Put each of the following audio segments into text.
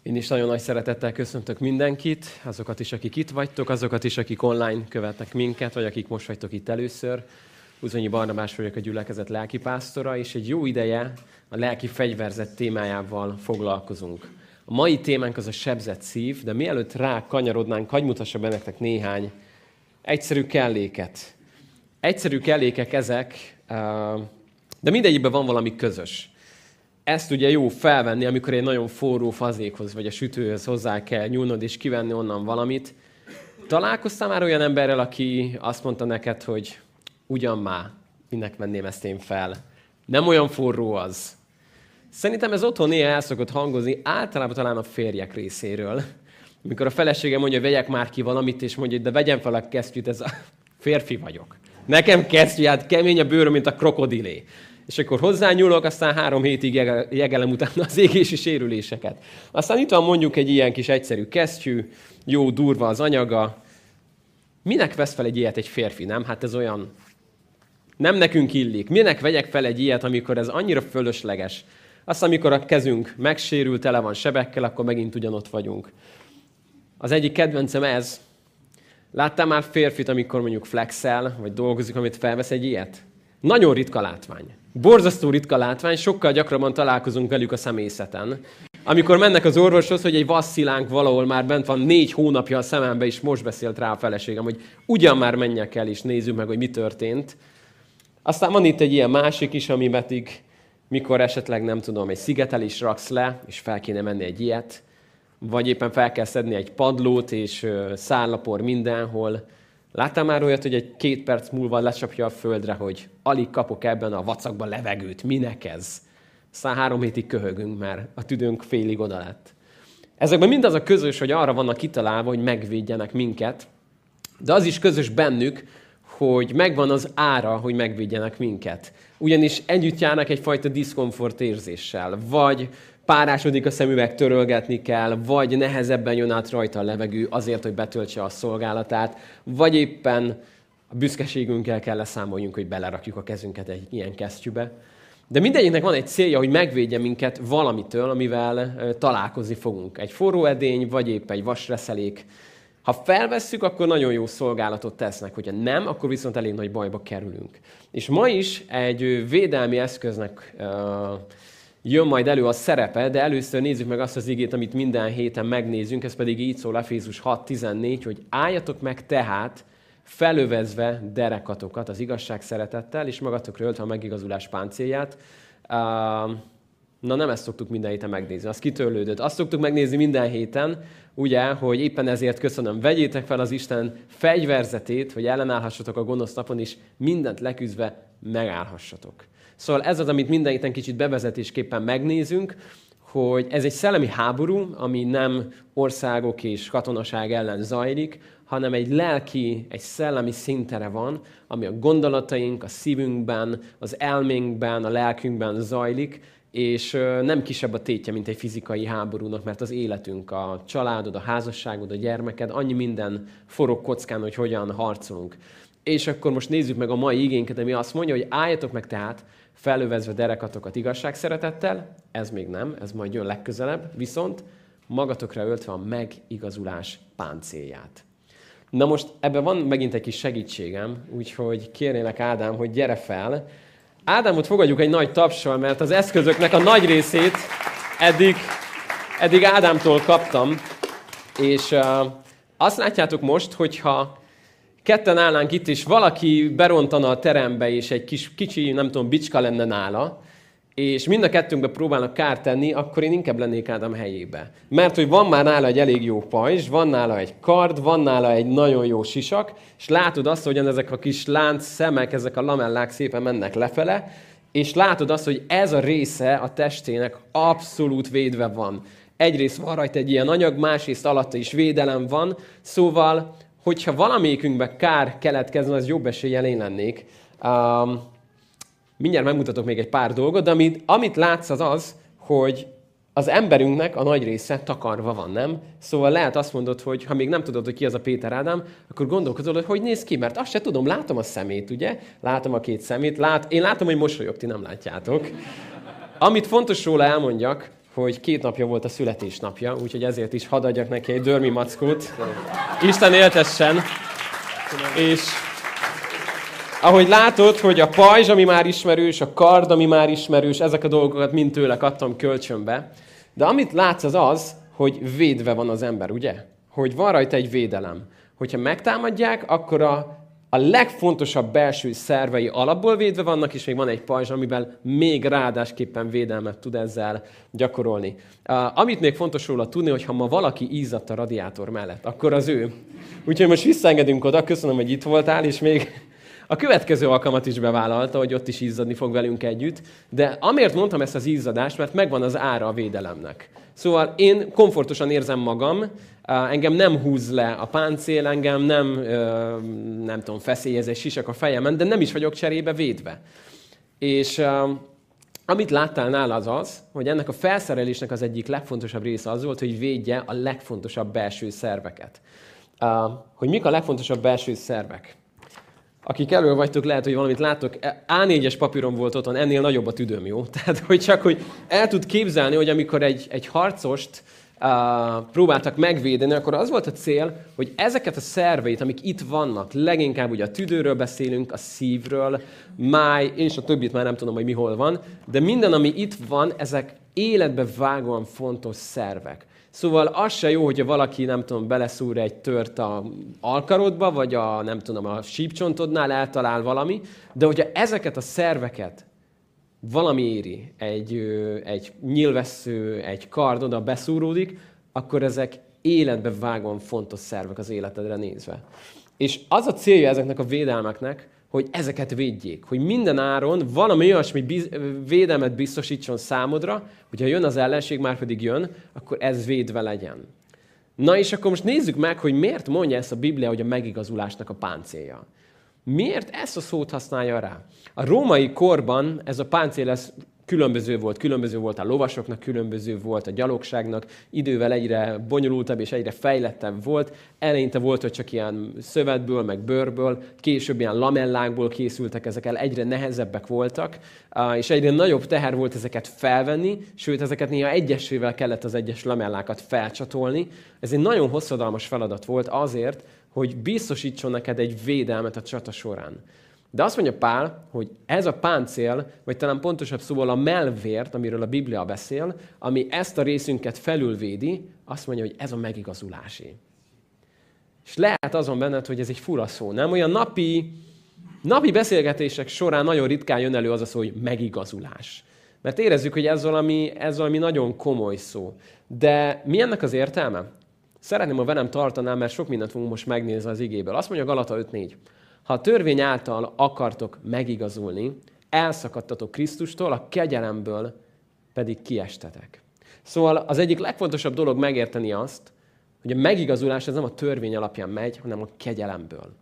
Én is nagyon nagy szeretettel köszöntök mindenkit, azokat is, akik itt vagytok, azokat is, akik online követnek minket, vagy akik most vagytok itt először. Uzsonyi Barnabás vagyok, a gyülekezet lelkipásztora, és egy jó ideje a lelki fegyverzet témájával foglalkozunk. A mai témánk az a sebzett szív, de mielőtt rá kanyarodnánk, hadd mutassa be nektek néhány egyszerű kelléket. Egyszerű kellékek ezek, de mindegyikben van valami közös. Ezt ugye jó felvenni, amikor egy nagyon forró fazékhoz vagy a sütőhöz hozzá kell nyúlnod és kivenni onnan valamit. Találkoztál már olyan emberrel, aki azt mondta neked, hogy ugyan már, minek venném ezt én fel? Nem olyan forró az. Szerintem ez otthon néha el szokott hangozni, általában talán a férjek részéről. Amikor a felesége mondja, hogy vegyek már ki valamit, és mondja, de vegyem fel a kesztyűt, ez a férfi vagyok. Nekem kesztyű, hát kemény a bőröm, mint a krokodilé. És akkor hozzányúlok, aztán 3 hétig jegelem utána az égési sérüléseket. Aztán itt van mondjuk egy ilyen kis egyszerű kesztyű, jó durva az anyaga. Minek vesz fel egy ilyet egy férfi, nem? Hát ez olyan... Nem nekünk illik. Minek vegyek fel egy ilyet, amikor ez annyira fölösleges? Aztán, amikor a kezünk megsérül, tele van sebekkel, akkor megint ugyanott vagyunk. Az egyik kedvencem ez. Láttál már férfit, amikor mondjuk flexel, vagy dolgozik, amit felvesz egy ilyet? Nagyon ritka látvány. Borzasztó ritka látvány, sokkal gyakrabban találkozunk velük a személyzeten. Amikor mennek az orvoshoz, hogy egy vasszilánk valahol már bent van 4 hónapja a szemembe, és most beszélt rá a feleségem, hogy ugyan már menjek el, és nézzük meg, hogy mi történt. Aztán van itt egy ilyen másik is, ami pedig, mikor esetleg nem tudom, egy szigetelés raksz le, és fel kéne menni egy ilyet, vagy éppen fel kell szedni egy padlót, és szállapor mindenhol. Láttál már olyat, hogy egy 2 perc múlva lecsapja a földre, hogy alig kapok ebben a vacakban levegőt, minek ez? Aztán 3 hétig köhögünk, mert a tüdőnk félig oda lett. Ezekben mind az a közös, hogy arra vannak kitalálva, hogy megvédjenek minket, de az is közös bennük, hogy megvan az ára, hogy megvédjenek minket. Ugyanis együtt járnak egyfajta diszkomfort érzéssel, vagy párásodik a szemüveg, törölgetni kell, vagy nehezebben jön át rajta a levegő azért, hogy betöltse a szolgálatát, vagy éppen a büszkeségünkkel kell leszámoljunk, hogy belerakjuk a kezünket egy ilyen kesztyűbe. De mindegyiknek van egy célja, hogy megvédje minket valamitől, amivel találkozni fogunk. Egy forró edény, vagy épp egy vasreszelék. Ha felvesszük, akkor nagyon jó szolgálatot tesznek, hogyha nem, akkor viszont elég nagy bajba kerülünk. És ma is egy védelmi eszköznek jön majd elő a szerepe, de először nézzük meg azt az igét, amit minden héten megnézünk, ez pedig így szól Efézus 6.14, hogy álljatok meg tehát, felövezve derekatokat az igazság szeretettel, és magatokra öltve a megigazulás páncélját. Na nem ezt szoktuk minden héten megnézni, az kitörlődött. Azt szoktuk megnézni minden héten, ugye, hogy éppen ezért köszönöm, vegyétek fel az Isten fegyverzetét, hogy ellenállhassatok a gonosz napon, és mindent leküzdve megállhassatok. Szóval ez az, amit minden héten kicsit bevezetésképpen megnézünk, hogy ez egy szellemi háború, ami nem országok és katonaság ellen zajlik, hanem egy lelki, egy szellemi szintere van, ami a gondolataink, a szívünkben, az elménkben, a lelkünkben zajlik, és nem kisebb a tétje, mint egy fizikai háborúnak, mert az életünk, a családod, a házasságod, a gyermeked, annyi minden forog kockán, hogy hogyan harcolunk. És akkor most nézzük meg a mai igénket, ami azt mondja, hogy álljatok meg tehát, felövezve derekatokat igazságszeretettel, ez még nem, ez majd jön legközelebb, viszont magatokra öltve a megigazulás páncélját. Na most ebben van megint egy kis segítségem, úgyhogy kérnélek Ádám, hogy gyere fel. Ádámot fogadjuk egy nagy tapssal, mert az eszközöknek a nagy részét eddig Ádámtól kaptam, és azt látjátok most, hogyha ketten állnánk itt, és valaki berontana a terembe, és egy kicsi, nem tudom, bicska lenne nála, és mind a kettőnkbe próbálnak kárt tenni, akkor én inkább lennék Ádám helyébe. Mert hogy van már nála egy elég jó pajzs, van nála egy kard, van nála egy nagyon jó sisak, és látod azt, hogy ezek a kis lánc szemek, ezek a lamellák szépen mennek lefele, és látod azt, hogy ez a része a testének abszolút védve van. Egyrészt van rajta egy ilyen anyag, másrészt alatta is védelem van, szóval hogyha valamelyikünkben kár keletkezne, az jobb eséllyel én lennék. Mindjárt megmutatok még egy pár dolgot, de amit látsz az, hogy az emberünknek a nagy része takarva van, nem? Szóval lehet azt mondod, hogy ha még nem tudod, hogy ki az a Péter Ádám, akkor gondolkozol, hogy néz ki, mert azt se tudom, látom a szemét, ugye? Látom a 2 szemét, én látom, hogy mosolyog, ti nem látjátok. Amit fontos róla elmondjak, hogy 2 napja volt a születésnapja, úgyhogy ezért is hadd adjak neki egy dörmi mackót. Isten éltessen! És ahogy látod, hogy a pajzs, ami már ismerős, a kard, ami már ismerős, ezek a dolgokat mind tőle adtam kölcsönbe. De amit látsz az, hogy védve van az ember, ugye? Hogy van rajta egy védelem. Hogyha megtámadják, akkor a legfontosabb belső szervei alapból védve vannak, és még van egy pajzs, amivel még ráadásképpen védelmet tud ezzel gyakorolni. Amit még fontos róla tudni, hogy ha ma valaki izzadt a radiátor mellett, akkor az ő. Úgyhogy most visszaengedünk oda, köszönöm, hogy itt voltál, és még a következő alkalmat is bevállalta, hogy ott is izzadni fog velünk együtt, de amiért mondtam ezt az izzadást, mert megvan az ára a védelemnek. Szóval én komfortosan érzem magam, engem nem húz le a páncél, engem nem tudom, feszélyez egy sisak a fejemen, de nem is vagyok cserébe védve. És amit láttál nála az, hogy ennek a felszerelésnek az egyik legfontosabb része az volt, hogy védje a legfontosabb belső szerveket. Hogy mik a legfontosabb belső szervek? Akik elől vagytok, lehet, hogy valamit láttok. A4-es papíron volt otthon, ennél nagyobb a tüdőm, jó? Tehát, hogy el tud képzelni, hogy amikor egy harcost próbáltak megvédeni, akkor az volt a cél, hogy ezeket a szerveit, amik itt vannak, leginkább ugye a tüdőről beszélünk, a szívről, máj, és a többit már nem tudom, hogy mi hol van, de minden, ami itt van, ezek életbe vágóan fontos szervek. Szóval az se jó, hogyha valaki, nem tudom, beleszúr egy tört a alkarodba, vagy a sípcsontodnál eltalál valami, de hogyha ezeket a szerveket valami éri, egy nyílvessző, egy kard oda beszúródik, akkor ezek életbe vágóan fontos szervek az életedre nézve. És az a célja ezeknek a védelmeknek, hogy ezeket védjék, hogy minden áron valami olyasmi védelmet biztosítson számodra, hogyha jön az ellenség, már pedig jön, akkor ez védve legyen. Na és akkor most nézzük meg, hogy miért mondja ezt a Biblia, hogy a megigazulásnak a páncélja. Miért ezt a szót használja rá? A római korban ez a páncél különböző volt a lovasoknak, különböző volt a gyalogságnak, idővel egyre bonyolultabb és egyre fejlettebb volt. Eleinte volt, hogy csak ilyen szövetből, meg bőrből, később ilyen lamellákból készültek ezek el, egyre nehezebbek voltak, és egyre nagyobb teher volt ezeket felvenni, sőt, ezeket néha egyesével kellett az egyes lamellákat felcsatolni. Ez egy nagyon hosszadalmas feladat volt azért, hogy biztosítson neked egy védelmet a csata során. De azt mondja Pál, hogy ez a páncél, vagy talán pontosabb szóval a mellvért, amiről a Biblia beszél, ami ezt a részünket felülvédi, azt mondja, hogy ez a megigazulásé. És lehet azon benned, hogy ez egy fura szó, nem? Olyan napi beszélgetések során nagyon ritkán jön elő az a szó, hogy megigazulás. Mert érezzük, hogy ez valami nagyon komoly szó. De mi ennek az értelme? Szeretném, ha velem tartanám, mert sok mindent fogunk most megnézni az igéből. Azt mondja Galata 5:4. Ha a törvény által akartok megigazulni, elszakadtatok Krisztustól, a kegyelemből pedig kiestetek. Szóval az egyik legfontosabb dolog megérteni azt, hogy a megigazulás ez nem a törvény alapján megy, hanem a kegyelemből.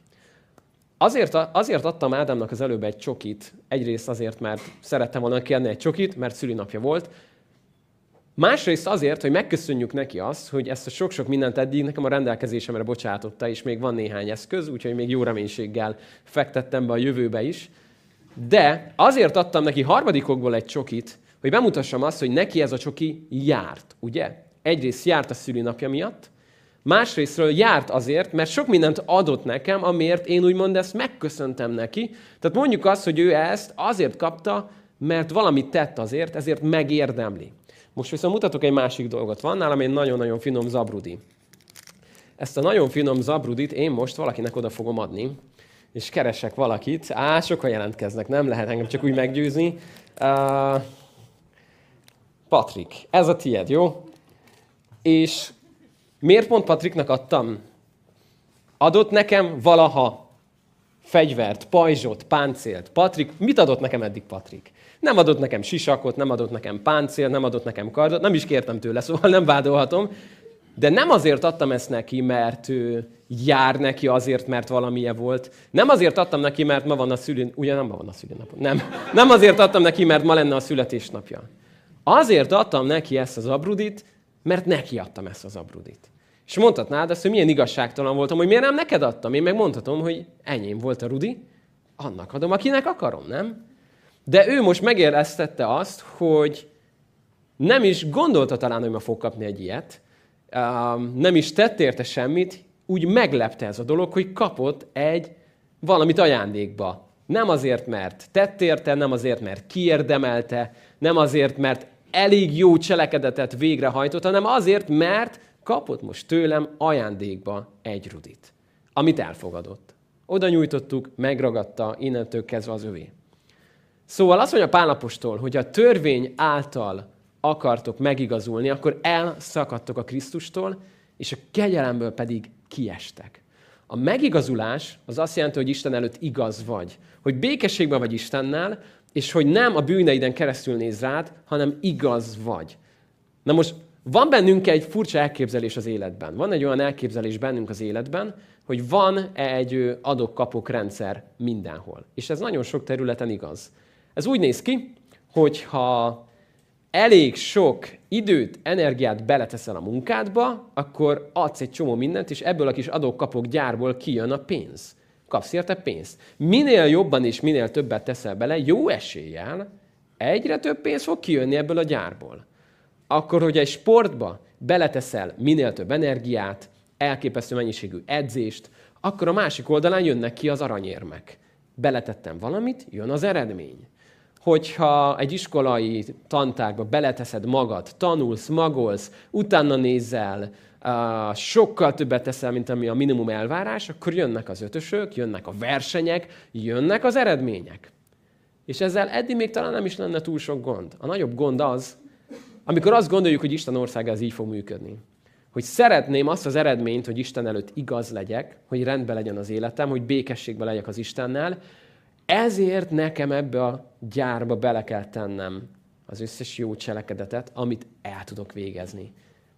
Azért adtam Ádámnak az előbb egy csokit, egyrészt azért, mert szerettem volna kérni egy csokit, mert szülinapja volt, másrészt azért, hogy megköszönjük neki azt, hogy ezt a sok-sok mindent eddig nekem a rendelkezésemre bocsátotta, és még van néhány eszköz, úgyhogy még jó reménységgel fektettem be a jövőbe is. De azért adtam neki harmadikokból egy csokit, hogy bemutassam azt, hogy neki ez a csoki járt, ugye? Egyrészt járt a szülinapja miatt, másrésztről járt azért, mert sok mindent adott nekem, amiért én úgymond ezt megköszöntem neki. Tehát mondjuk azt, hogy ő ezt azért kapta, mert valamit tett azért, ezért megérdemli. Most viszont mutatok egy másik dolgot. Van nálam egy nagyon-nagyon finom zabrudi. Ezt a nagyon finom zabrudit én most valakinek oda fogom adni, és keresek valakit. Sokan jelentkeznek, nem lehet engem csak úgy meggyőzni. Patrik, ez a tied, jó? És miért pont Patriknak adtam? Adott nekem valaha fegyvert, pajzsot, páncélt. Patrik, mit adott nekem eddig Patrik? Nem adott nekem sisakot, nem adott nekem páncélt, nem adott nekem kardot, nem is kértem tőle, szóval nem vádolhatom. De nem azért adtam ezt neki, mert jár neki azért, mert valamilyen volt. Nem azért adtam neki, mert ma van a ugye nem ma van a szülinapja. Nem azért adtam neki, mert ma lenne a születésnapja. Azért adtam neki ezt az abrudit, mert neki adtam ezt az abrudit. És mondhatnád azt, hogy milyen igazságtalan voltam, hogy miért nem neked adtam. Én meg mondhatom, hogy enyém volt a rudi, annak adom, akinek akarom, nem? De ő most megéreztette azt, hogy Nem is gondolta talán, hogy ma fog kapni egy ilyet. Nem is tett érte semmit. Úgy meglepte ez a dolog, hogy kapott valamit ajándékba. Nem azért, mert tett érte, nem azért, mert kiérdemelte, nem azért, mert elég jó cselekedetet végrehajtott, hanem azért, mert kapott most tőlem ajándékba egy rudit, amit elfogadott. Oda nyújtottuk, megragadta, innentől kezdve az övé. Szóval azt mondja Pál apostol, hogy a törvény által akartok megigazulni, akkor elszakadtok a Krisztustól, és a kegyelemből pedig kiestek. A megigazulás az azt jelenti, hogy Isten előtt igaz vagy. Hogy békességben vagy Istennel, és hogy nem a bűneiden keresztül néz rád, hanem igaz vagy. Na most van bennünk egy furcsa elképzelés az életben. Van egy olyan elképzelés bennünk az életben, hogy van egy adok-kapok rendszer mindenhol. És ez nagyon sok területen igaz. Ez úgy néz ki, hogyha elég sok időt, energiát beleteszel a munkádba, akkor adsz egy csomó mindent, és ebből a kis adok-kapok gyárból kijön a pénz. Kapsz érte pénzt. Minél jobban és minél többet teszel bele, jó eséllyel egyre több pénz fog kijönni ebből a gyárból. Akkor, hogy egy sportba beleteszel minél több energiát, elképesztő mennyiségű edzést, akkor a másik oldalán jönnek ki az aranyérmek. Beletettem valamit, jön az eredmény. Hogyha egy iskolai tantárgyba beleteszed magad, tanulsz, magolsz, utána nézel, sokkal többet teszel, mint ami a minimum elvárás, akkor jönnek az ötösök, jönnek a versenyek, jönnek az eredmények. És ezzel eddig még talán nem is lenne túl sok gond. A nagyobb gond az, amikor azt gondoljuk, hogy Isten országa ez így fog működni. Hogy szeretném azt az eredményt, hogy Isten előtt igaz legyek, hogy rendben legyen az életem, hogy békességben legyek az Istennel, ezért nekem ebbe a gyárba bele kell tennem az összes jó cselekedetet, amit el tudok végezni.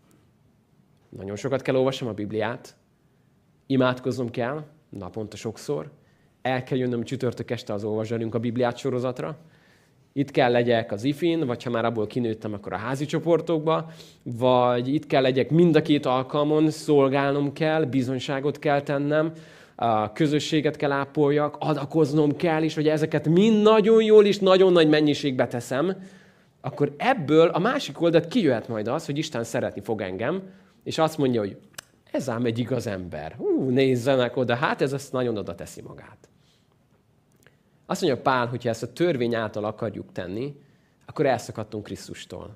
Nagyon sokat kell olvasnom a Bibliát, imádkoznom kell, naponta sokszor, el kell jönnöm csütörtök este az Olvasd a Bibliát sorozatra, itt kell legyek az ifin, vagy ha már abból kinőttem, akkor a házi csoportokba, vagy itt kell legyek mind a két alkalmon, szolgálnom kell, bizonyságot kell tennem, a közösséget kell ápoljak, adakoznom kell, és hogy ezeket mind nagyon jól és nagyon nagy mennyiségbe teszem, akkor ebből a másik oldalt kijöhet majd az, hogy Isten szeretni fog engem, és azt mondja, hogy ez ám egy igaz ember. Nézzenek oda, hát ez azt nagyon oda teszi magát. Azt mondja Pál, hogyha ezt a törvény által akarjuk tenni, akkor elszakadtunk Krisztustól.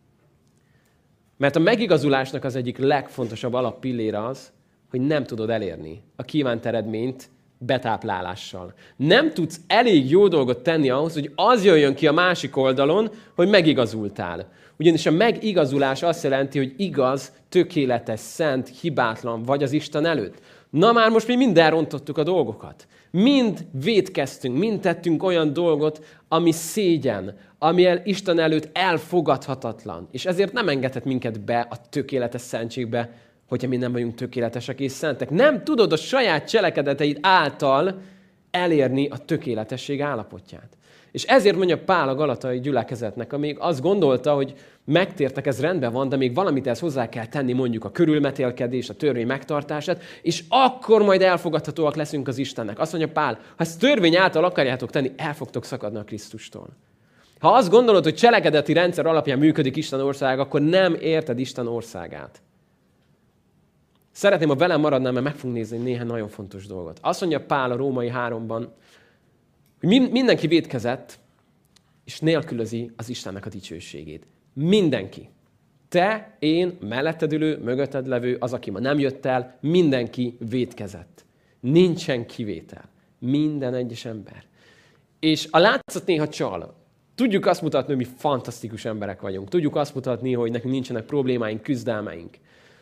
Mert a megigazulásnak az egyik legfontosabb alappillére az, hogy nem tudod elérni a kívánt eredményt betáplálással. Nem tudsz elég jó dolgot tenni ahhoz, hogy az jöjjön ki a másik oldalon, hogy megigazultál. Ugyanis a megigazulás azt jelenti, hogy igaz, tökéletes, szent, hibátlan vagy az Isten előtt. Na már most mi mind elrontottuk a dolgokat. Mind vétkeztünk, mind tettünk olyan dolgot, ami szégyen, ami Isten előtt elfogadhatatlan. És ezért nem engedhet minket be a tökéletes szentségbe, hogyha mi nem vagyunk tökéletesek és szentek. Nem tudod a saját cselekedeteid által elérni a tökéletesség állapotját. És ezért mondja Pál a galatai gyülekezetnek, amíg azt gondolta, hogy megtértek, ez rendben van, de még valamit ezt hozzá kell tenni, mondjuk a körülmetélkedés, a törvény megtartását, és akkor majd elfogadhatóak leszünk az Istennek. Azt mondja Pál, ha ezt törvény által akarjátok tenni, el fogtok szakadni a Krisztustól. Ha azt gondolod, hogy cselekedeti rendszer alapján működik Isten ország, akkor nem érted Isten országát. Szeretném, ha velem maradnám, mert meg fogunk nézni néhány nagyon fontos dolgot. Azt mondja Pál a Római 3-ban, hogy mindenki vétkezett, és nélkülözi az Istennek a dicsőségét. Mindenki. Te, én, melletted ülő, mögötted levő, az, aki ma nem jött el, mindenki vétkezett. Nincsen kivétel. Minden egyes ember. És a látszat néha csal. Tudjuk azt mutatni, hogy mi fantasztikus emberek vagyunk. Tudjuk azt mutatni, hogy nekünk nincsenek problémáink, küzdelmeink.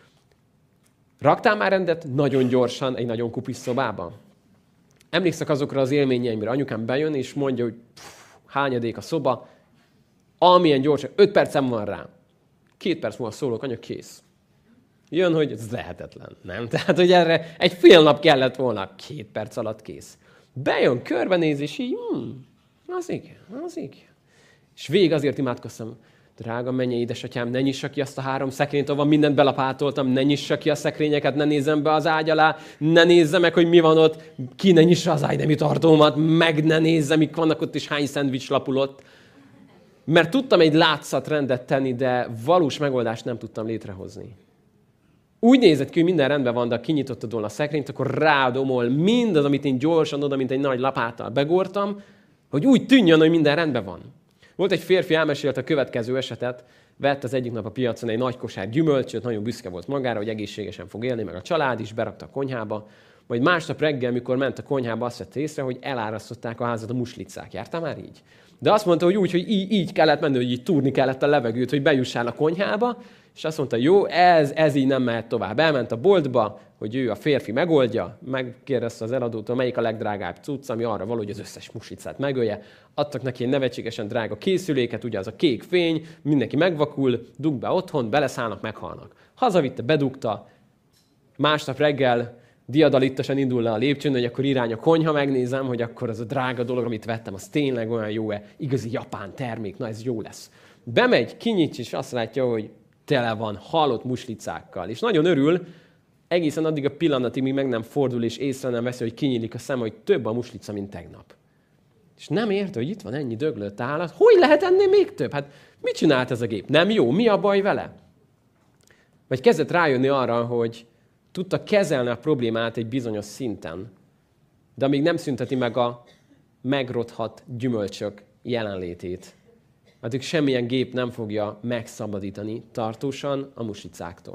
Raktál már rendet nagyon gyorsan egy nagyon kupis szobában? Emlékszek azokra az élményeimre. Anyukám bejön és mondja, hogy hányadék a szoba, amilyen gyorsan, 5 percem van rá. 2 perc múlva szólok, anya, kész. Jön, hogy ez lehetetlen, nem? Tehát, hogy erre egy fél nap kellett volna, 2 perc alatt kész. Bejön, körbenéz, és így, az igen. És végig azért imádkoztam, drága mennyei édesatyám, ne nyissa ki azt a 3 szekrényt, ahol mindent belapátoltam, ne nyissa ki a szekrényeket, ne nézzem be az ágy alá, ne nézze meg, hogy mi van ott, ki ne nyissa az ágynemi tartómat, meg ne nézze, mik vannak ott, és hány szendvics lapul ott. Mert tudtam egy látszatrendet tenni, de valós megoldást nem tudtam létrehozni. Úgy nézett ki, hogy minden rendben van, de ha kinyitottad volna a szekrényt, akkor rádomol mindaz, amit én gyorsan oda, mint egy nagy lapáttal begortam, hogy úgy tűnjön, hogy minden rendben van. Volt egy férfi, elmesélte a következő esetet, vett az egyik nap a piacon egy nagy kosár gyümölcsöt, nagyon büszke volt magára, hogy egészségesen fog élni, meg a család is, berakta a konyhába. Majd másnap reggel, mikor ment a konyhába, azt vette észre, hogy elárasztották a házat a muslicák. Jártál már így? De azt mondta, hogy úgy, hogy így kellett menni, hogy így túrni kellett a levegőt, hogy bejussál a konyhába, és azt mondta, jó, ez így nem mehet tovább. Elment a boltba, hogy ő a férfi megoldja, megkérdezte az eladótól, melyik a legdrágább cucc, ami arra való, hogy az összes muslicát megölje. Adtak neki egy nevetségesen drága készüléket, ugye az a kék fény, mindenki megvakul, dug be otthon, beleszállnak, meghalnak. Hazavitte, bedugta, másnap reggel diadalittasan indul le a lépcsőn, hogy akkor irány a konyha, megnézem, hogy akkor az a drága dolog, amit vettem, az tényleg olyan jó-e, igazi japán termék, na ez jó lesz. Bemegy, kinyitja, és azt látja, hogy tele van halott muslicákkal. És nagyon örül, egészen addig a pillanatig, míg meg nem fordul, és észre nem veszi, hogy kinyílik a szem, hogy több a muslica, mint tegnap. És nem érte, hogy itt van ennyi döglött állat. Hogy lehet ennél még több? Hát mit csinált ez a gép? Nem jó? Mi a baj vele? Vagy kezdett rájönni arra, hogy tudta kezelni a problémát egy bizonyos szinten, de amíg nem szünteti meg a megrothadt gyümölcsök jelenlétét, addig semmilyen gép nem fogja megszabadítani tartósan a muslicáktól.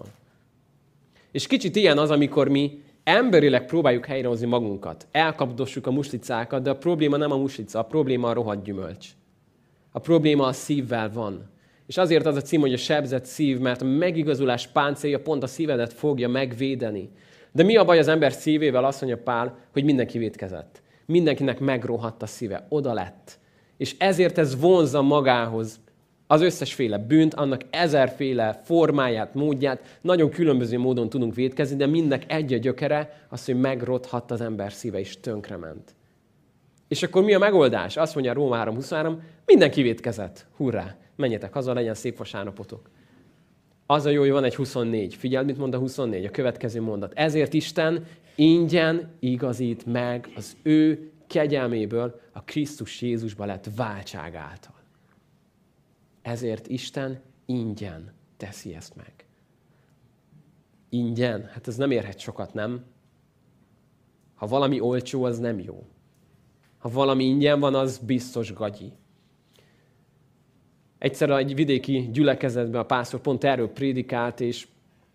És kicsit ilyen az, amikor mi emberileg próbáljuk helyrehozni magunkat. Elkapdossuk a muslicákat, de a probléma nem a muslica, a probléma a rohadt gyümölcs. A probléma a szívvel van. És azért az a cím, hogy a sebzett szív, mert a megigazulás páncélja pont a szívedet fogja megvédeni. De mi a baj az ember szívével? Azt mondja Pál, hogy mindenki vétkezett. Mindenkinek megrohadt a szíve, oda lett. És ezért ez vonzza magához az összesféle bűnt, annak ezerféle formáját, módját, nagyon különböző módon tudunk vétkezni, de mindnek egy a gyökere, az, hogy megrothadt az ember szíve, és tönkrement. És akkor mi a megoldás? Azt mondja Róma 3:23, mindenki vétkezett. Hurrá! Menjetek haza, legyen szép vasárnapotok. Az a jó, hogy van egy 24. Figyeld, mit mond a 24, a következő mondat. Ezért Isten ingyen igazít meg az ő kegyelméből a Krisztus Jézusba lett váltság által. Ezért Isten ingyen teszi ezt meg. Ingyen? Hát ez nem érhet sokat, nem? Ha valami olcsó, az nem jó. Ha valami ingyen van, az biztos gagyi. Egyszer egy vidéki gyülekezetben a pásztor pont erről prédikált, és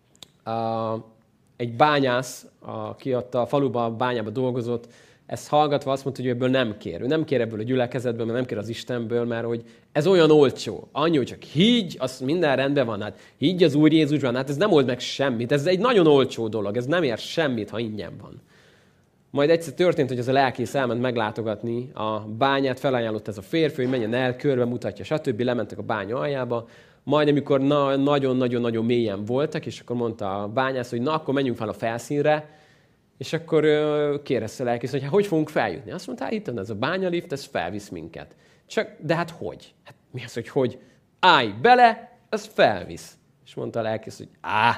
egy bányász, aki ott a faluban, a bányába dolgozott, ezt hallgatva azt mondta, hogy ebből nem kér. Ő nem kér ebből a gyülekezetből, mert nem kér az Istenből, mert hogy ez olyan olcsó. Annyi, hogy csak higgy, az minden rendben van. Hát higgy az Úr Jézusban, hát ez nem old meg semmit. Ez egy nagyon olcsó dolog, ez nem ér semmit, ha ingyen van. Majd egyszer történt, hogy az a lelkész elment meglátogatni a bányát, felajánlott ez a férfi, hogy menjen el, körbe mutatja, stb. Lementek a bánya aljába. Majd amikor nagyon-nagyon mélyen voltak, és akkor mondta a bányász, hogy na, akkor menjünk fel a felszínre, és akkor kérdezte a lelkész, hogy hát hogy fogunk feljutni? Azt mondta, hát itt van ez a bányalift, ez felvisz minket. De hát hogy? Hát mi az, hogy állj bele, az felvisz. És mondta a lelkész, hogy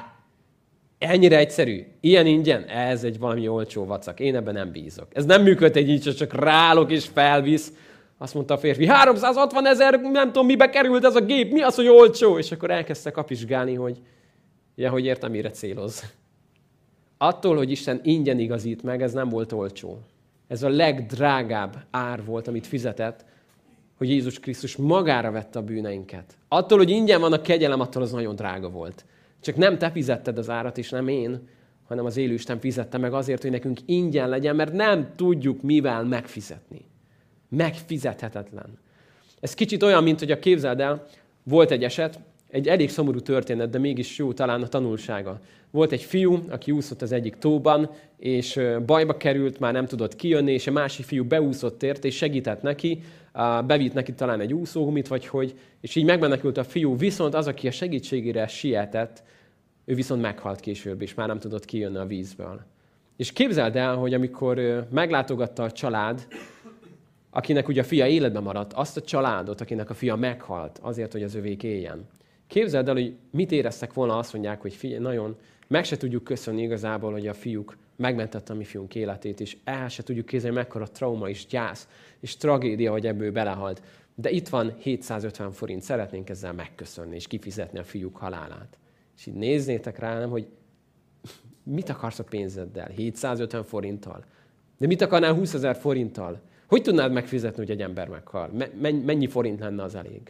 ennyire egyszerű, ilyen ingyen, ez egy valami olcsó vacak, én ebben nem bízok. Ez nem működik így, csak rálok és felvisz. Azt mondta a férfi, 360 000, nem tudom, mibe került ez a gép, mi az, hogy olcsó? És akkor elkezdte kapizsgálni, hogy értem, mire céloz. Attól, hogy Isten ingyen igazít meg, ez nem volt olcsó. Ez a legdrágább ár volt, amit fizetett, hogy Jézus Krisztus magára vette a bűneinket. Attól, hogy ingyen van a kegyelem, attól az nagyon drága volt. Csak nem te fizetted az árat, és nem én, hanem az élő Isten fizette meg azért, hogy nekünk ingyen legyen, mert nem tudjuk mivel megfizetni. Megfizethetetlen. Ez kicsit olyan, mint hogy képzeld el, volt egy eset, egy elég szomorú történet, de mégis jó talán a tanulsága. Volt egy fiú, aki úszott az egyik tóban, és bajba került, már nem tudott kijönni, és a másik fiú beúszott érte, és segített neki, bevitt neki talán egy úszógumit, vagy hogy, és így megmenekült a fiú, viszont az, aki a segítségére sietett, ő viszont meghalt később, és már nem tudott kijönni a vízből. És képzeld el, hogy amikor meglátogatta a család, akinek ugye a fia életben maradt, azt a családot, akinek a fia meghalt azért, hogy az övék éljen. Képzeld el, hogy mit éreztek volna, azt mondják, hogy figyelj, nagyon meg se tudjuk köszönni igazából, hogy a fiúk megmentette a mi fiunk életét, és el se tudjuk képzelni, mekkora trauma és gyász és tragédia, hogy ebből belehalt. de itt van 750 forint, szeretnénk ezzel megköszönni, és kifizetni a fiúk halálát. És így néznétek rá, nem, hogy mit akarsz a pénzeddel? 750 forinttal? De mit akarnál 20 000 forinttal? Hogy tudnád megfizetni, hogy egy ember meghal? Mennyi forint lenne az elég?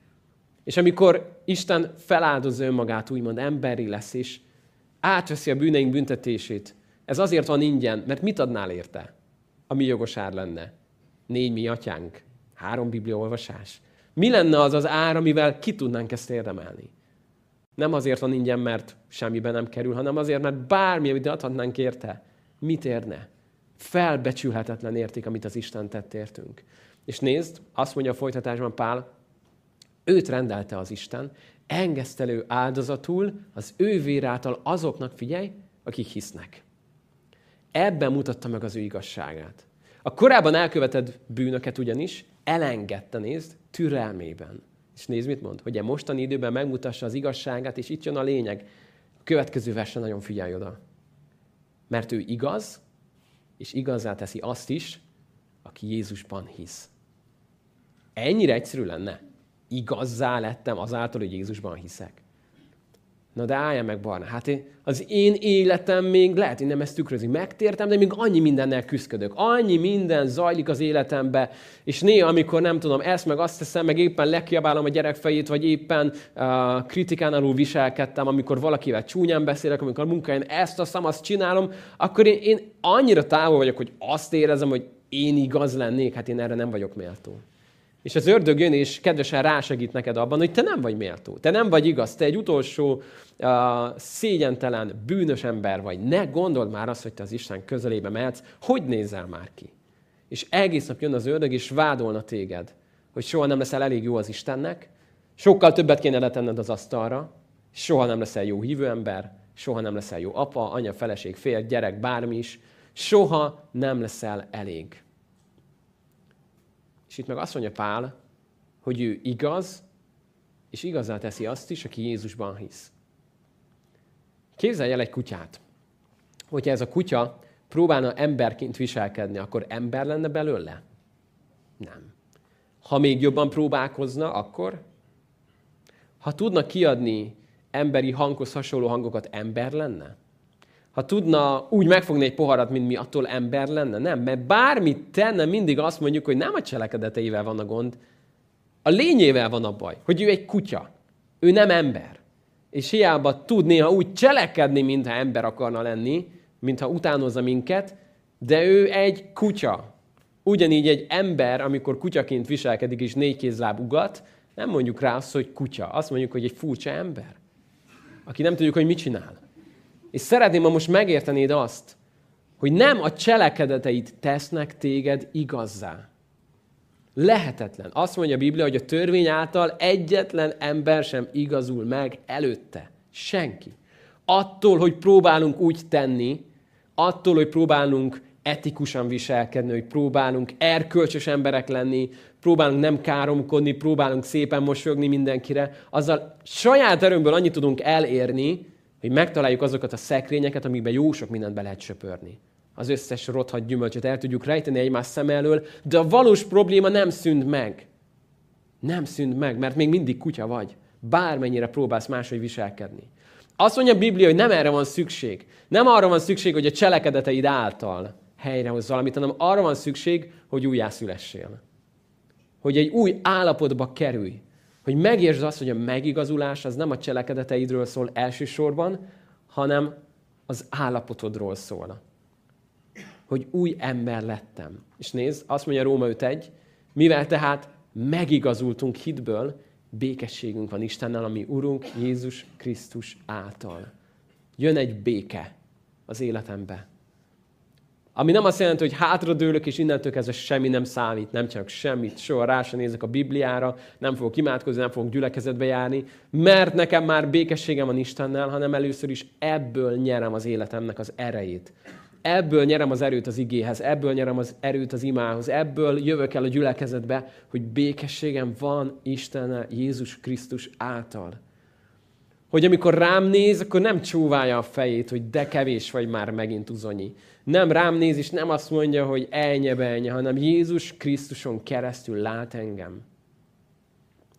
És amikor Isten feláldozza önmagát, úgymond emberi lesz, és átveszi a bűneink büntetését, ez azért van ingyen, mert mit adnál érte? Ami jogos ár lenne? 4 mi atyánk? 3 bibliaolvasás? Mi lenne az az ár, amivel ki tudnánk ezt érdemelni? Nem azért van ingyen, mert semmiben nem kerül, hanem azért, mert bármi, amit adhatnánk érte, mit érne? Felbecsülhetetlen érték, amit az Isten tett értünk. És nézd, azt mondja a folytatásban Pál, őt rendelte az Isten, engesztelő áldozatul az ő vér által azoknak, figyelj, akik hisznek. Ebben mutatta meg az ő igazságát. A korábban elkövetett bűnöket ugyanis elengedte, nézd, türelmében. És nézd, mit mond? Hogy a mostani időben megmutassa az igazságát, és itt jön a lényeg. A következő versen nagyon figyelj oda. Mert ő igaz, és igazzá teszi azt is, aki Jézusban hisz. Ennyire egyszerű lenne. Igazzá lettem azáltal, hogy Jézusban hiszek. Na de állja meg, Barna, hát az én életem még lehet, hogy nem ezt tükrözi. Megtértem, de még annyi mindennel küzdök. Annyi minden zajlik az életembe, és néha, amikor nem tudom, ezt meg azt teszem, meg éppen lekiabálom a gyerek fejét, vagy éppen kritikán alul viselkedtem, amikor valakivel csúnyán beszélek, amikor a munkáján ezt azt csinálom, akkor én annyira távol vagyok, hogy azt érezem, hogy én igaz lennék, hát én erre nem vagyok méltó. És az ördög jön, és kedvesen rásegít neked abban, hogy te nem vagy méltó, te nem vagy igaz, te egy utolsó szégyentelen, bűnös ember vagy. Ne gondold már azt, hogy te az Isten közelébe mehetsz, hogy nézzel már ki. És egész nap jön az ördög, és vádolna téged, hogy soha nem leszel elég jó az Istennek, sokkal többet kéne letenned az asztalra, soha nem leszel jó hívő ember, soha nem leszel jó apa, anya, feleség, férj, gyerek, bármi is, soha nem leszel elég. És itt meg azt mondja Pál, hogy ő igaz, és igazzá teszi azt is, aki Jézusban hisz. Képzelj el egy kutyát. Hogyha ez a kutya próbálna emberként viselkedni, akkor ember lenne belőle? Nem. Ha még jobban próbálkozna, akkor? Ha tudna kiadni emberi hanghoz hasonló hangokat, ember lenne? Ha tudna úgy megfogni egy poharat, mint mi, attól ember lenne? Nem, mert bármit tenne, mindig azt mondjuk, hogy nem a cselekedeteivel van a gond, a lényével van a baj, hogy ő egy kutya. Ő nem ember. És hiába tud néha úgy cselekedni, mintha ember akarna lenni, mintha utánozza minket, de ő egy kutya. Ugyanígy egy ember, amikor kutyaként viselkedik és 4 kézláb ugat, nem mondjuk rá azt, hogy kutya. Azt mondjuk, hogy egy furcsa ember, aki nem tudjuk, hogy mit csinál. És szeretném, ha most megértenéd azt, hogy nem a cselekedeteid tesznek téged igazzá. Lehetetlen. Azt mondja a Biblia, hogy a törvény által egyetlen ember sem igazul meg előtte. Senki. Attól, hogy próbálunk úgy tenni, attól, hogy próbálunk etikusan viselkedni, hogy próbálunk erkölcsös emberek lenni, próbálunk nem káromkodni, próbálunk szépen mosolyogni mindenkire, azzal saját erőnkből annyit tudunk elérni, hogy megtaláljuk azokat a szekrényeket, amikben jó sok mindent be lehet söpörni. Az összes rothadt gyümölcsöt el tudjuk rejteni egymás szem elől, de a valós probléma nem szűnt meg. Nem szűnt meg, mert még mindig kutya vagy. Bármennyire próbálsz máshogy viselkedni. Azt mondja a Biblia, hogy nem erre van szükség. Nem arra van szükség, hogy a cselekedeteid által helyrehozz valamit, hanem arra van szükség, hogy újjászülessél. Hogy egy új állapotba kerülj. Hogy megértsd azt, hogy a megigazulás az nem a cselekedeteidről szól elsősorban, hanem az állapotodról szól. Hogy új ember lettem. És nézd, azt mondja Róma 5.1, mivel tehát megigazultunk hitből, békességünk van Istennel, ami Urunk Jézus Krisztus által. Jön egy béke az életembe. Ami nem azt jelenti, hogy hátradőlök, és innentől kezdve semmi nem számít, nem csak semmit, soha rá sem nézek a Bibliára, nem fogok imádkozni, nem fogok gyülekezetbe járni, mert nekem már békességem van Istennel, hanem először is ebből nyerem az életemnek az erejét. Ebből nyerem az erőt az igéhez, ebből nyerem az erőt az imához, ebből jövök el a gyülekezetbe, hogy békességem van Istennel, Jézus Krisztus által. Hogy amikor rám néz, akkor nem csóválja a fejét, hogy de kevés vagy már megint uzonyi. Nem rám néz, és nem azt mondja, hogy elnye, hanem Jézus Krisztuson keresztül lát engem.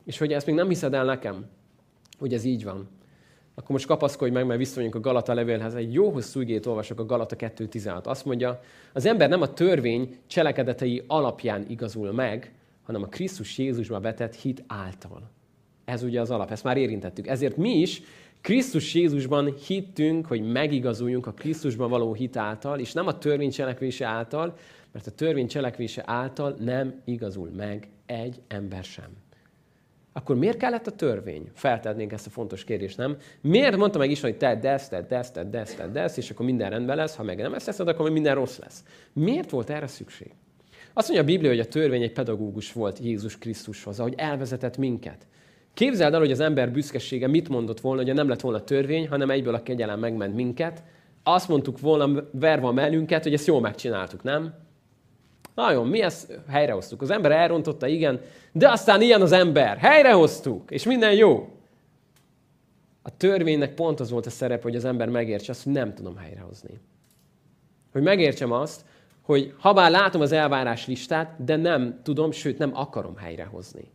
És hogy ezt még nem hiszed el nekem, hogy ez így van, akkor most kapaszkodj meg, mert visszamegyünk a Galata levélhez. Egy jó hosszú igét olvasok, a Galata 2.16. Azt mondja, az ember nem a törvény cselekedetei alapján igazul meg, hanem a Krisztus Jézusba vetett hit által. Ez ugye az alap, ezt már érintettük. Ezért mi is Krisztus Jézusban hittünk, hogy megigazuljunk a Krisztusban való hit által, és nem a törvény cselekvése által, mert a törvény cselekvése által nem igazul meg egy ember sem. Akkor miért kellett a törvény? Feltennénk ezt a fontos kérdést, nem? Miért mondta meg Isten, hogy tedd ezt, és akkor minden rendben lesz, ha meg nem ezt teszed, akkor minden rossz lesz. Miért volt erre szükség? Azt mondja a Biblia, hogy a törvény egy pedagógus volt Jézus Krisztushoz, ahogy elvezetett minket. Képzeld el, hogy az ember büszkesége mit mondott volna, hogy nem lett volna törvény, hanem egyből a kegyelem megment minket. Azt mondtuk volna verve a mellünket, hogy ezt jól megcsináltuk, nem? Nagyon, mi ezt helyrehoztuk. Az ember elrontotta, igen, de aztán ilyen az ember. Helyrehoztuk, és minden jó. A törvénynek pont az volt a szerep, hogy az ember megértse azt, hogy nem tudom helyrehozni. Hogy megértsem azt, hogy habár látom az elvárás listát, de nem tudom, sőt nem akarom helyrehozni.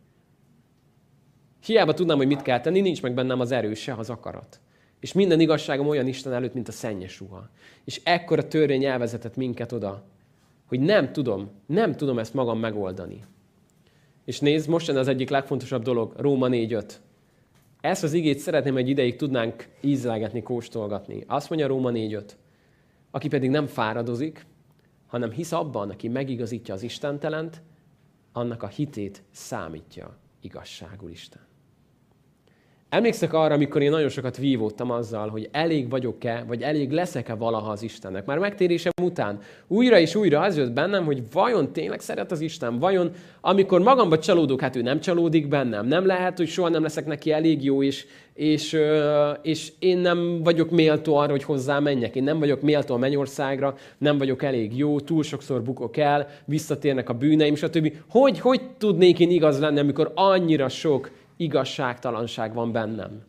Hiába tudnám, hogy mit kell tenni, nincs meg bennem az erő, se az akarat. És minden igazságom olyan Isten előtt, mint a szennyes ruha. És ekkor a törvény elvezetett minket oda, hogy nem tudom ezt magam megoldani. És nézd, most jön az egyik legfontosabb dolog, Róma 4.5. Ezt az igét szeretném, hogy ideig tudnánk ízlelgetni, kóstolgatni. Azt mondja Róma 4.5. Aki pedig nem fáradozik, hanem hisz abban, aki megigazítja az istentelent, annak a hitét számítja igazságul Isten. Emlékszek arra, amikor én nagyon sokat vívódtam azzal, hogy elég vagyok-e, vagy elég leszek-e valaha az Istennek. Már megtérésem után újra és újra az jött bennem, hogy vajon tényleg szeret az Isten? Vajon, amikor magamba csalódok, hát ő nem csalódik bennem. Nem lehet, hogy soha nem leszek neki elég jó, és én nem vagyok méltó arra, hogy hozzá menjek. Én nem vagyok méltó a mennyországra, nem vagyok elég jó, túl sokszor bukok el, visszatérnek a bűneim, stb. Hogy tudnék én igaz lenni, amikor annyira sok igazságtalanság van bennem.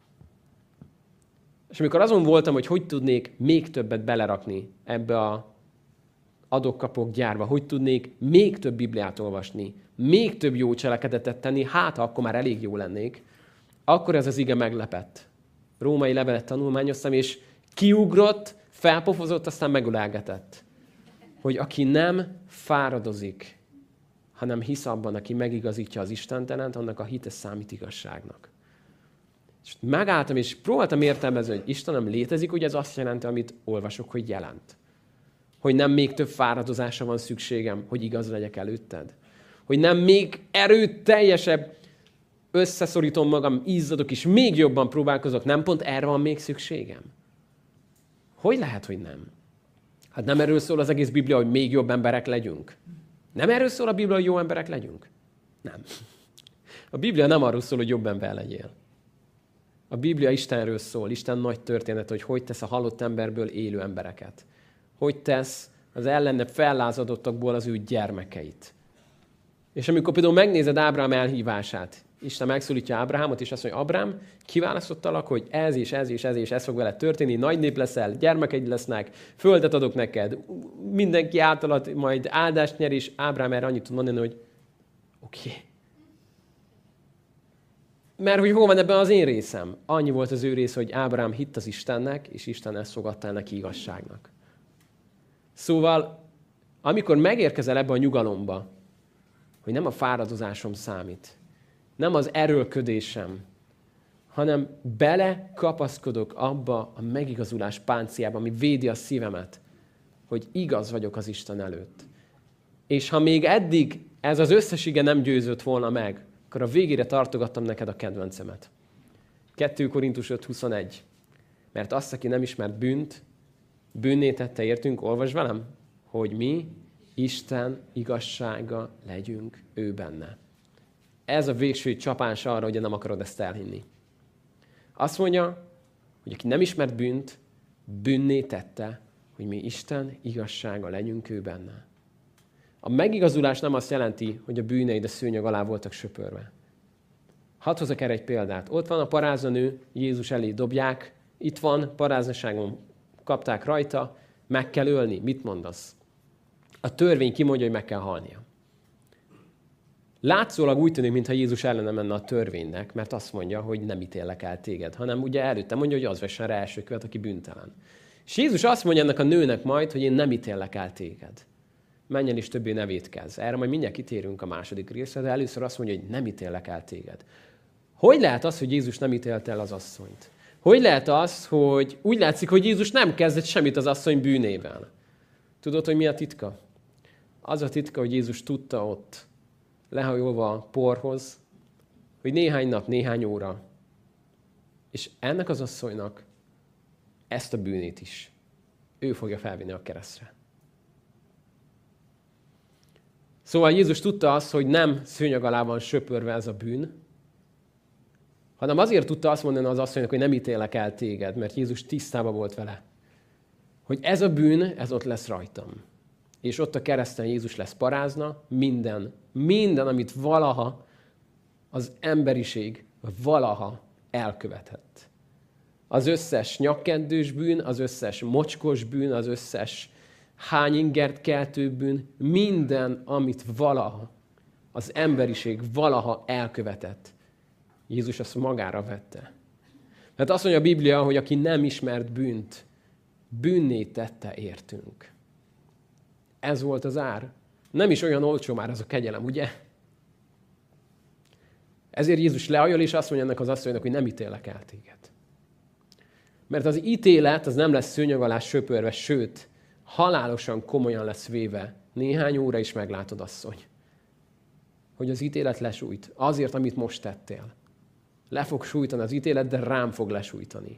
És amikor azon voltam, hogy tudnék még többet belerakni ebbe a adok-kapok gyárba, hogy tudnék még több Bibliát olvasni, még több jó cselekedetet tenni, hát akkor már elég jó lennék, akkor ez az ige meglepett. Római levelet tanulmányoztam, és kiugrott, felpofozott, aztán megölelgetett. Hogy aki nem fáradozik, hanem hisz abban, aki megigazítja az istentelent, annak a hite számít igazságnak. És megálltam, és próbáltam értelmezni, hogy Istenem, létezik, hogy ez azt jelenti, amit olvasok, hogy jelent. Hogy nem még több fáradozásra van szükségem, hogy igaz legyek előtted. Hogy nem még erőteljesebb, összeszorítom magam, izzadok, és még jobban próbálkozok. Nem pont erre van még szükségem? Hogy lehet, hogy nem? Hát nem erről szól az egész Biblia, hogy még jobb emberek legyünk. Nem erről szól a Biblia, hogy jó emberek legyünk? Nem. A Biblia nem arról szól, hogy jobb ember legyél. A Biblia Istenről szól, Isten nagy történet, hogy tesz a halott emberből élő embereket. Hogy tesz az ellene fellázadottakból az ő gyermekeit. És amikor például megnézed Ábrám elhívását, Isten megszólítja Ábrahámot, és azt mondja, Ábrám, kiválasztottalak, hogy ez fog veled történni, nagy nép leszel, gyermekeid lesznek, földet adok neked, mindenki általad majd áldást nyer, és Ábrám erre annyit tud mondani, hogy oké. Mert hogy hol van ebben az én részem? Annyi volt az ő rész, hogy Ábrám hitt az Istennek, és Isten ezt fogadta el neki igazságnak. Szóval, amikor megérkezel ebbe a nyugalomba, hogy nem a fáradozásom számít, nem az erőlködésem, hanem belekapaszkodok abba a megigazulás páncéljába, ami védi a szívemet, hogy igaz vagyok az Isten előtt. És ha még eddig ez az összes ige nem győzött volna meg, akkor a végére tartogattam neked a kedvencemet. 2 Korintus 5.21. Mert azt, aki nem ismert bűnt, bűnné tette értünk, olvasd velem, hogy mi Isten igazsága legyünk ő benne. Ez a végső csapás arra, hogy nem akarod ezt elhinni. Azt mondja, hogy aki nem ismert bűnt, bűnné tette, hogy mi Isten igazsága legyünk ő benne. A megigazulás nem azt jelenti, hogy a bűneid a szőnyeg alá voltak söpörve. Hadd hozok erre egy példát. Ott van a paráznanő, Jézus elé dobják, itt van, paráznaságon kapták rajta, meg kell ölni. Mit mondasz? A törvény kimondja, hogy meg kell halnia. Látszólag úgy tűnik, mintha Jézus ellene menne a törvénynek, mert azt mondja, hogy nem ítélek el téged, hanem ugye előtte mondja, hogy az vessen rá első követ, aki bűntelen. És Jézus azt mondja ennek a nőnek majd, hogy én nem ítélek el téged. Menj el és többé ne vétkezz. Erre majd mindjárt kitérünk a második részre, de először azt mondja, hogy nem ítélek el téged. Hogy lehet az, hogy Jézus nem ítélte el az asszonyt? Hogy lehet az, hogy úgy látszik, hogy Jézus nem kezdett semmit az asszony bűnével? Tudod, hogy mi a titka? Az a titka, hogy Jézus tudta ott, lehajolva a porhoz, hogy néhány nap, néhány óra, és ennek az asszonynak ezt a bűnét is ő fogja felvinni a keresztre. Szóval Jézus tudta azt, hogy nem szőnyeg alá van söpörve ez a bűn, hanem azért tudta azt mondani az asszonynak, hogy nem ítélek el téged, mert Jézus tisztában volt vele, hogy ez a bűn, ez ott lesz rajtam. És ott a kereszten Jézus lesz parázna, minden, amit valaha az emberiség valaha elkövetett. Az összes nyakkendős bűn, az összes mocskos bűn, az összes hányingert keltő bűn, minden, amit valaha az emberiség valaha elkövetett. Jézus azt magára vette. Mert azt mondja a Biblia, hogy aki nem ismert bűnt, bűnné tette értünk. Ez volt az ár. Nem is olyan olcsó már az a kegyelem, ugye? Ezért Jézus lehajol, és azt mondja ennek az asszonynak, hogy nem ítélek el téged. Mert az ítélet az nem lesz szőnyeg alá söpörve, sőt, halálosan komolyan lesz véve. Néhány óra is meglátod, asszony, hogy az ítélet lesújt. Azért, amit most tettél. Le fog sújtani az ítélet, de rám fog lesújtani.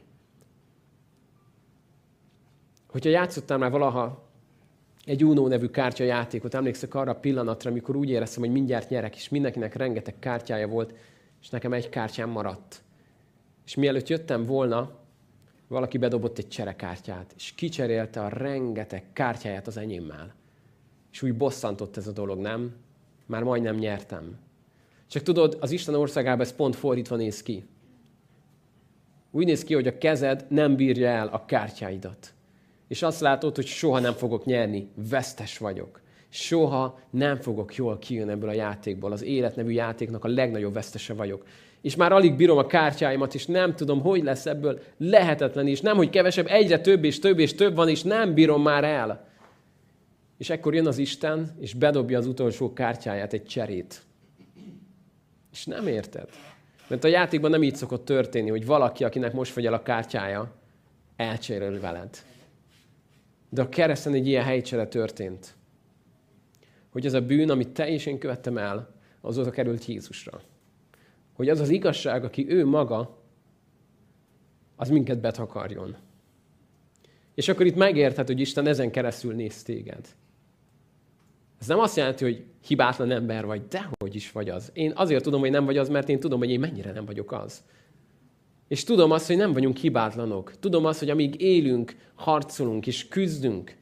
Hogyha játszottál már valaha egy Uno nevű kártyajátékot, emlékszek arra a pillanatra, amikor úgy éreztem, hogy mindjárt nyerek, és mindenkinek rengeteg kártyája volt, és nekem egy kártyám maradt. És mielőtt jöttem volna, valaki bedobott egy cserekártyát, és kicserélte a rengeteg kártyáját az enyémmel. És úgy bosszantott ez a dolog, nem? Már majdnem nyertem. Csak tudod, az Isten országában ez pont fordítva néz ki. Úgy néz ki, hogy a kezed nem bírja el a kártyáidat. És azt látod, hogy soha nem fogok nyerni, vesztes vagyok. Soha nem fogok jól kijönni ebből a játékból. Az élet nevű játéknak a legnagyobb vesztese vagyok. És már alig bírom a kártyáimat, és nem tudom, hogy lesz ebből lehetetlen. És nem, hogy kevesebb, egyre több és több és több van, és nem bírom már el. És ekkor jön az Isten, és bedobja az utolsó kártyáját, egy cserét. És nem érted. Mert a játékban nem így szokott történni, hogy valaki, akinek most fogy el a kártyája, elcserél veled. De a kereszten egy ilyen helycsere történt. Hogy ez a bűn, amit te és én követtem el, az oda került Jézusra. Hogy az az igazság, aki ő maga, az minket betakarjon. És akkor itt megérthet, hogy Isten ezen keresztül néz téged. Ez nem azt jelenti, hogy hibátlan ember vagy, dehogy is vagy az. Én azért tudom, hogy nem vagy az, mert én tudom, hogy én mennyire nem vagyok az. És tudom azt, hogy nem vagyunk hibátlanok. Tudom azt, hogy amíg élünk, harcolunk és küzdünk.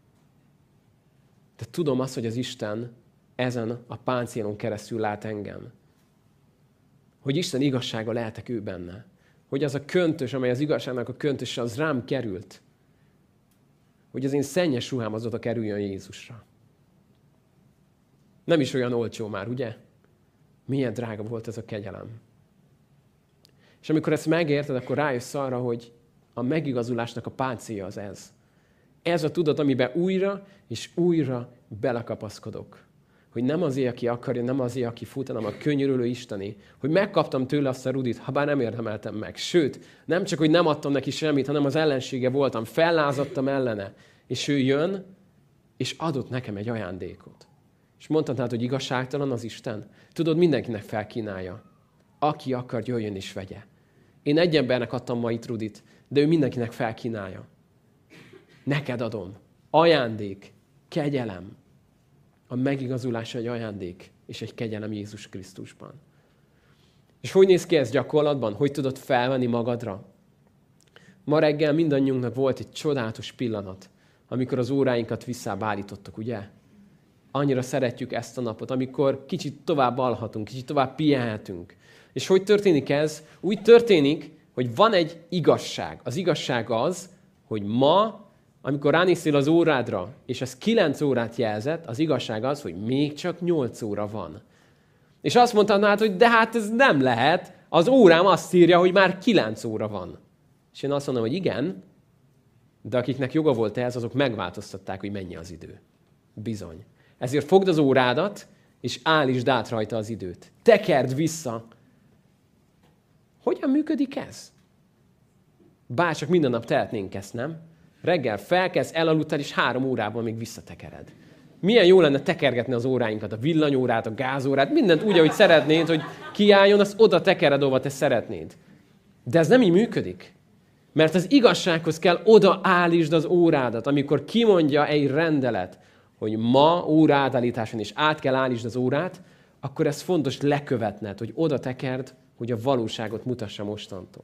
De tudom azt, hogy az Isten ezen a páncélon keresztül lát engem. Hogy Isten igazsága lehetek ő benne. Hogy az a köntös, amely az igazságnak a köntöse, az rám került. Hogy az én szennyes ruhám az oda kerüljön Jézusra. Nem is olyan olcsó már, ugye? Milyen drága volt ez a kegyelem. És amikor ezt megérted, akkor rájössz arra, hogy a megigazulásnak a páncélja az ez. Ez a tudat, amiben újra és újra belekapaszkodok. Hogy nem azért, aki akarja, nem azért, aki fut, hanem a könyörülő Isteni. Hogy megkaptam tőle azt a rudit, ha bár nem érdemeltem meg. Sőt, nem csak, hogy nem adtam neki semmit, hanem az ellensége voltam. Fellázadtam ellene. És ő jön, és adott nekem egy ajándékot. És mondhatnád, hogy igazságtalan az Isten? Tudod, mindenkinek felkínálja. Aki akar, jöjjön és vegye. Én egy embernek adtam ma itt rudit, de ő mindenkinek felkínálja. Neked adom. Ajándék, kegyelem. A megigazulás egy ajándék, és egy kegyelem Jézus Krisztusban. És hogy néz ki ez gyakorlatban? Hogy tudod felvenni magadra? Ma reggel mindannyiunknak volt egy csodálatos pillanat, amikor az óráinkat visszábbállítottak, ugye? Annyira szeretjük ezt a napot, amikor kicsit tovább alhatunk, kicsit tovább pihenhetünk. És hogy történik ez? Úgy történik, hogy van egy igazság. Az igazság az, hogy ma, amikor ránéztél az órádra, és ez 9 órát jelzett, az igazság az, hogy még csak 8 óra van. És azt mondhatnád, hogy de hát ez nem lehet, az órám azt írja, hogy már 9 óra van. És én azt mondom, hogy igen, de akiknek joga volt ehhez, azok megváltoztatták, hogy mennyi az idő. Bizony. Ezért fogd az órádat, és állítsd át rajta az időt. Tekerd vissza. Hogyan működik ez? Bárcsak minden nap tehetnénk ezt, nem? Reggel felkelsz, elaludtál, és 3 órában még visszatekered. Milyen jó lenne tekergetni az óráinkat, a villanyórát, a gázórát, mindent úgy, ahogy szeretnéd, hogy kiálljon, azt oda tekered, ahova te szeretnéd. De ez nem így működik. Mert az igazsághoz kell odaállítsd az órádat, amikor kimondja egy rendelet, hogy ma óraátállításon is át kell állítsd az órát, akkor ez fontos lekövetned, hogy oda tekerd, hogy a valóságot mutassa mostantól.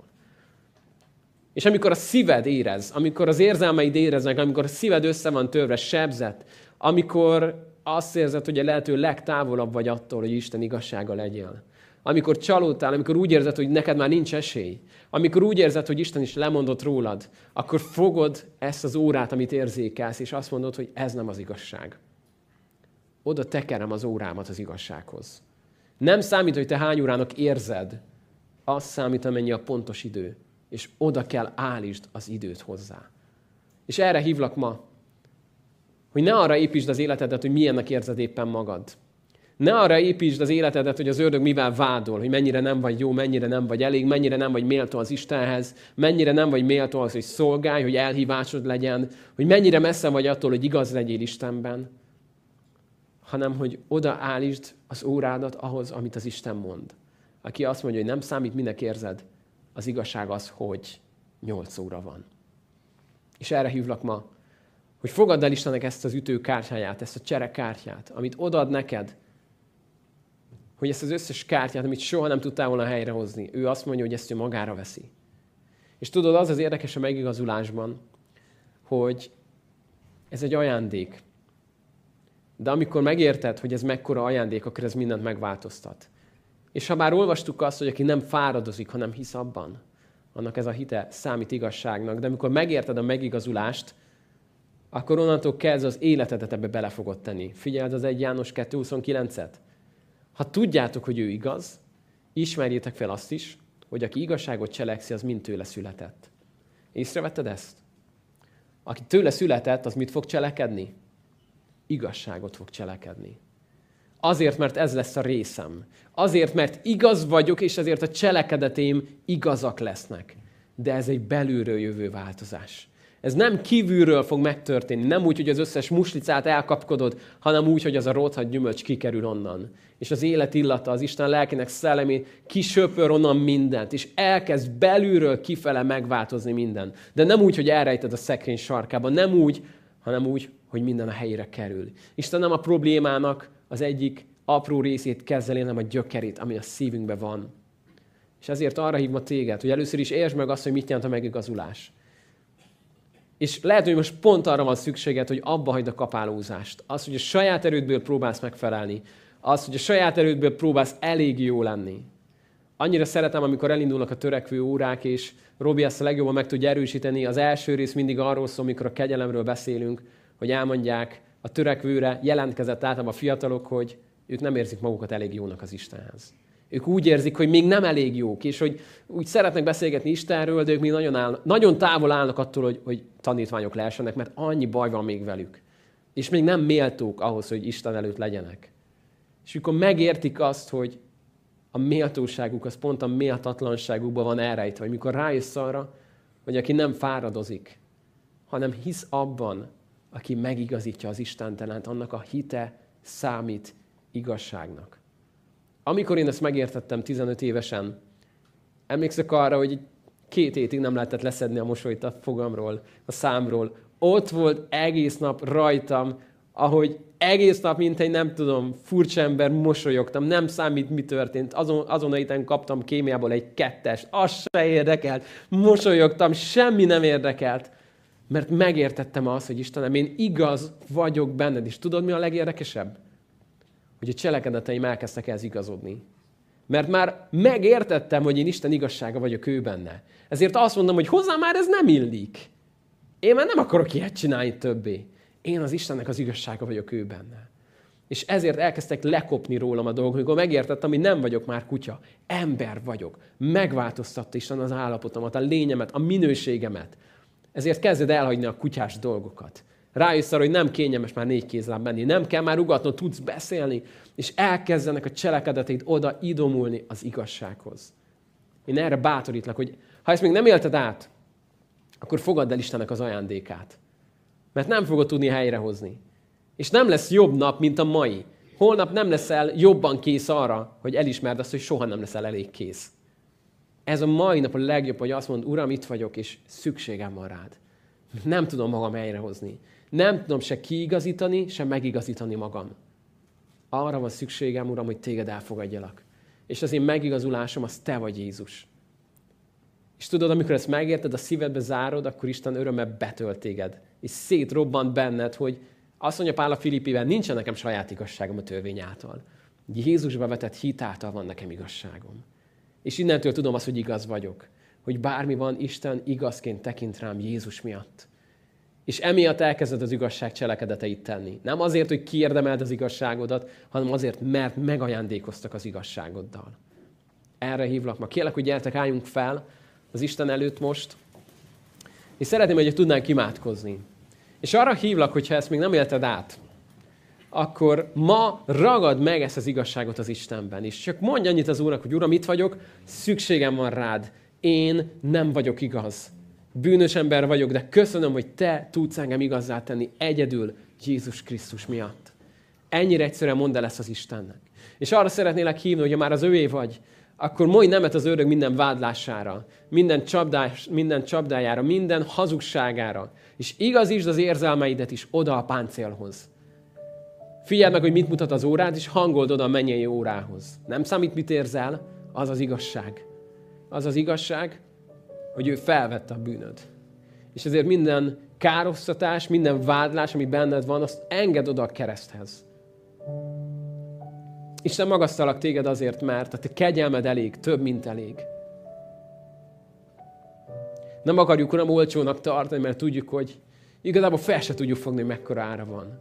És amikor a szíved érez, amikor az érzelmeid éreznek, amikor a szíved össze van törve, sebzett, amikor azt érzed, hogy a lehető legtávolabb vagy attól, hogy Isten igazsága legyél. Amikor csalódtál, amikor úgy érzed, hogy neked már nincs esély, amikor úgy érzed, hogy Isten is lemondott rólad, akkor fogod ezt az órát, amit érzékelsz, és azt mondod, hogy ez nem az igazság. Oda tekerem az órámat az igazsághoz. Nem számít, hogy te hány órának érzed, az számít, amennyi a pontos idő. És oda kell állítsd az időt hozzá. És erre hívlak ma, hogy ne arra építsd az életedet, hogy milyennek érzed éppen magad. Ne arra építsd az életedet, hogy az ördög mivel vádol, hogy mennyire nem vagy jó, mennyire nem vagy elég, mennyire nem vagy méltó az Istenhez, mennyire nem vagy méltó az, hogy szolgálj, hogy elhívásod legyen, hogy mennyire messze vagy attól, hogy igaz legyél Istenben, hanem hogy odaállítsd az órádat ahhoz, amit az Isten mond. Aki azt mondja, hogy nem számít, minek érzed, az igazság az, hogy 8 óra van. És erre hívlak ma, hogy fogadd el Istennek ezt az ütőkártyáját, ezt a cserekártyát, amit odaad neked, hogy ezt az összes kártyát, amit soha nem tudtál volna helyrehozni, ő azt mondja, hogy ezt ő magára veszi. És tudod, az az érdekes a megigazulásban, hogy ez egy ajándék. De amikor megérted, hogy ez mekkora ajándék, akkor ez mindent megváltoztat. És ha bár olvastuk azt, hogy aki nem fáradozik, hanem hisz abban, annak ez a hite számít igazságnak, de amikor megérted a megigazulást, akkor onnantól kezdve az életedet ebbe bele fogod tenni. Figyeld az 1 János 2.29-et. Ha tudjátok, hogy ő igaz, ismerjétek fel azt is, hogy aki igazságot cselekszi, az mind tőle született. Észrevetted ezt? Aki tőle született, az mit fog cselekedni? Igazságot fog cselekedni. Azért, mert ez lesz a részem. Azért, mert igaz vagyok, és ezért a cselekedeteim igazak lesznek. De ez egy belülről jövő változás. Ez nem kívülről fog megtörténni, nem úgy, hogy az összes muslicát elkapkodod, hanem úgy, hogy az a rothadt gyümölcs kikerül onnan. És az élet illata, az Isten lelkének szellemét kisöpör onnan mindent, és elkezd belülről kifele megváltozni minden. De nem úgy, hogy elrejted a szekrény sarkában, nem úgy, hanem úgy, hogy minden a helyére kerül. Isten nem a problémának az egyik apró részét kezeli, hanem a gyökerét, ami a szívünkben van. És ezért arra hív ma téged, hogy először is értsd meg azt, hogy mit jelent a megigazulás. És lehet, hogy most pont arra van szükséged, hogy abba hagyd a kapálózást. Az, hogy a saját erődből próbálsz megfelelni. Az, hogy a saját erődből próbálsz elég jó lenni. Annyira szeretem, amikor elindulnak a törekvő órák, és Robi ezt a legjobban meg tudja erősíteni. Az első rész mindig arról szól, amikor a kegyelemről beszélünk, hogy elmondják a törekvőre, jelentkezett általában a fiatalok, hogy ők nem érzik magukat elég jónak az Istenhez. Ők úgy érzik, hogy még nem elég jók, és hogy úgy szeretnek beszélgetni Istenről, de ők még nagyon távol állnak attól, hogy tanítványok lehessenek, mert annyi baj van még velük. És még nem méltók ahhoz, hogy Isten előtt legyenek. És amikor megértik azt, hogy a méltóságuk az pont a méltatlanságukban van elrejtve, vagy mikor rájössz arra, hogy aki nem fáradozik, hanem hisz abban, aki megigazítja az istentelent, annak a hite számít igazságnak. Amikor én ezt megértettem 15 évesen, emlékszek arra, hogy 2 hétig nem lehetett leszedni a mosolyt a fogamról, a számról. Ott volt egész nap rajtam, ahogy egész nap, mint egy nem tudom, furcsa ember mosolyogtam, nem számít, mi történt. Azon a héten kaptam kémiából egy 2-est, az se érdekelt, mosolyogtam, semmi nem érdekelt. Mert megértettem azt, hogy Istenem, én igaz vagyok benned. És tudod, mi a legérdekesebb? Hogy a cselekedeteim elkezdtek ehhez igazodni. Mert már megértettem, hogy én Isten igazsága vagyok ő benne. Ezért azt mondom, hogy hozzám már ez nem illik. Én már nem akarok ilyet csinálni többé. Én az Istennek az igazsága vagyok ő benne. És ezért elkezdtek lekopni rólam a dolgok, amikor megértettem, hogy nem vagyok már kutya, ember vagyok. Megváltoztatta Isten az állapotomat, a lényemet, a minőségemet. Ezért kezded elhagyni a kutyás dolgokat. Rájössz arra, hogy nem kényelmes már 4 kézláb menni, nem kell már ugatnod, tudsz beszélni, és elkezdenek a cselekedeteid oda idomulni az igazsághoz. Én erre bátorítlak, hogy ha ezt még nem élted át, akkor fogadd el Istennek az ajándékát. Mert nem fogod tudni helyrehozni. És nem lesz jobb nap, mint a mai. Holnap nem leszel jobban kész arra, hogy elismerd azt, hogy soha nem leszel elég kész. Ez a mai nap a legjobb, hogy azt mondod, Uram, itt vagyok, és szükségem van rád. Nem tudom magam helyrehozni. Nem tudom se kiigazítani, se megigazítani magam. Arra van szükségem, Uram, hogy téged elfogadjalak. És az én megigazulásom, az te vagy, Jézus. És tudod, amikor ezt megérted, a szívedbe zárod, akkor Isten örömmel betölt téged. És szétrobbant benned, hogy azt mondja Pál a Filippiben, nincsen nekem saját igazságom a törvény által. Jézusba vetett hit által van nekem igazságom. És innentől tudom azt, hogy igaz vagyok. Hogy bármi van, Isten igazként tekint rám Jézus miatt. És emiatt elkezded az igazság cselekedeteit tenni. Nem azért, hogy kiérdemeld az igazságodat, hanem azért, mert megajándékoztak az igazságoddal. Erre hívlak ma. Kérlek, hogy gyertek, álljunk fel az Isten előtt most. És szeretném, hogy tudnánk imádkozni. És arra hívlak, hogyha ezt még nem élted át, akkor ma ragad meg ezt az igazságot az Istenben. És csak mondj annyit az Úrnak, hogy Uram, itt vagyok, szükségem van rád. Én nem vagyok igaz. Bűnös ember vagyok, de köszönöm, hogy te tudsz engem igazzá tenni egyedül Jézus Krisztus miatt. Ennyire egyszerűen mondd el ezt az Istennek. És arra szeretnélek hívni, hogy ha már az övé vagy, akkor mondj nemet az ördög minden vádlására, minden csapdájára, minden hazugságára, és igazítsd az érzelmeidet is oda a páncélhoz. Figyeld meg, hogy mit mutat az órád, és hangold oda a mennyei órához. Nem számít, mit érzel, az az igazság. Az az igazság, hogy ő felvette a bűnöd. És ezért minden károsztatás, minden vádlás, ami benned van, azt engedd oda a kereszthez. Isten magasztalak téged azért, mert a te kegyelmed elég, több, mint elég. Nem akarjuk, Uram, olcsónak tartani, mert tudjuk, hogy igazából fel se tudjuk fogni, hogy mekkora ára van.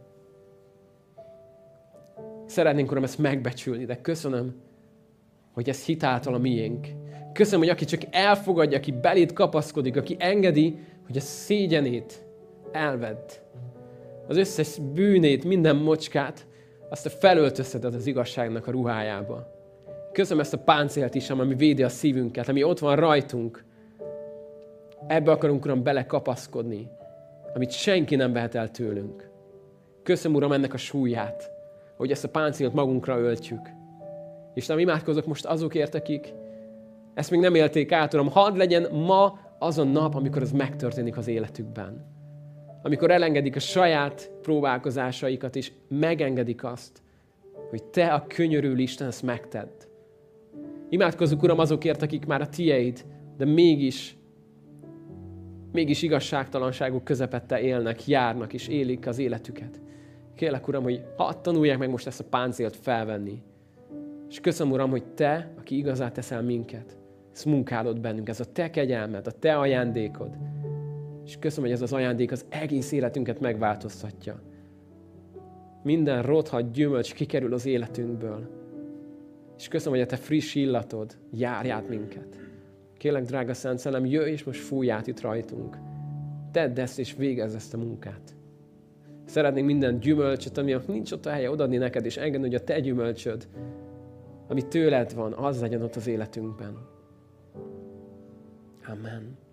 Szeretnénk, Uram, ezt megbecsülni, de köszönöm, hogy ez hitáltal a miénk. Köszönöm, hogy aki csak elfogadja, aki beléd kapaszkodik, aki engedi, hogy a szégyenét elvedd. Az összes bűnét, minden mocskát, azt a felöltözheted az igazságnak a ruhájába. Köszönöm ezt a páncélt is, ami védi a szívünket, ami ott van rajtunk. Ebbe akarunk, Uram, belekapaszkodni, amit senki nem vehet el tőlünk. Köszönöm, Uram, ennek a súlyát, hogy ezt a páncélt magunkra öltjük. És nem imádkozok most azokért, akik ezt még nem élték át, Uram, hadd legyen ma az a nap, amikor ez megtörténik az életükben. Amikor elengedik a saját próbálkozásaikat, és megengedik azt, hogy te a könyörülő Isten ezt megtedd. Imádkozzuk, Uram, azokért, akik már a tieid, de mégis igazságtalanságok közepette élnek, járnak és élik az életüket. Kérlek, Uram, hogy hadd tanulják meg most ezt a páncélt felvenni. És köszönöm, Uram, hogy te, aki igazát teszel minket, ezt munkálod bennünk, ez a te kegyelmed, a te ajándékod. És köszönöm, hogy ez az ajándék az egész életünket megváltoztatja. Minden rothadt gyümölcs kikerül az életünkből. És köszönöm, hogy a te friss illatod járj át minket. Kérlek, drága Szent Szellem, jöjj és most fújj át itt rajtunk. Tedd ezt és végezz ezt a munkát. Szeretnénk minden gyümölcsöt, ami nincs ott a helye, odaadni neked, és engedni, hogy a te gyümölcsöd, ami tőled van, az legyen ott az életünkben. Amen.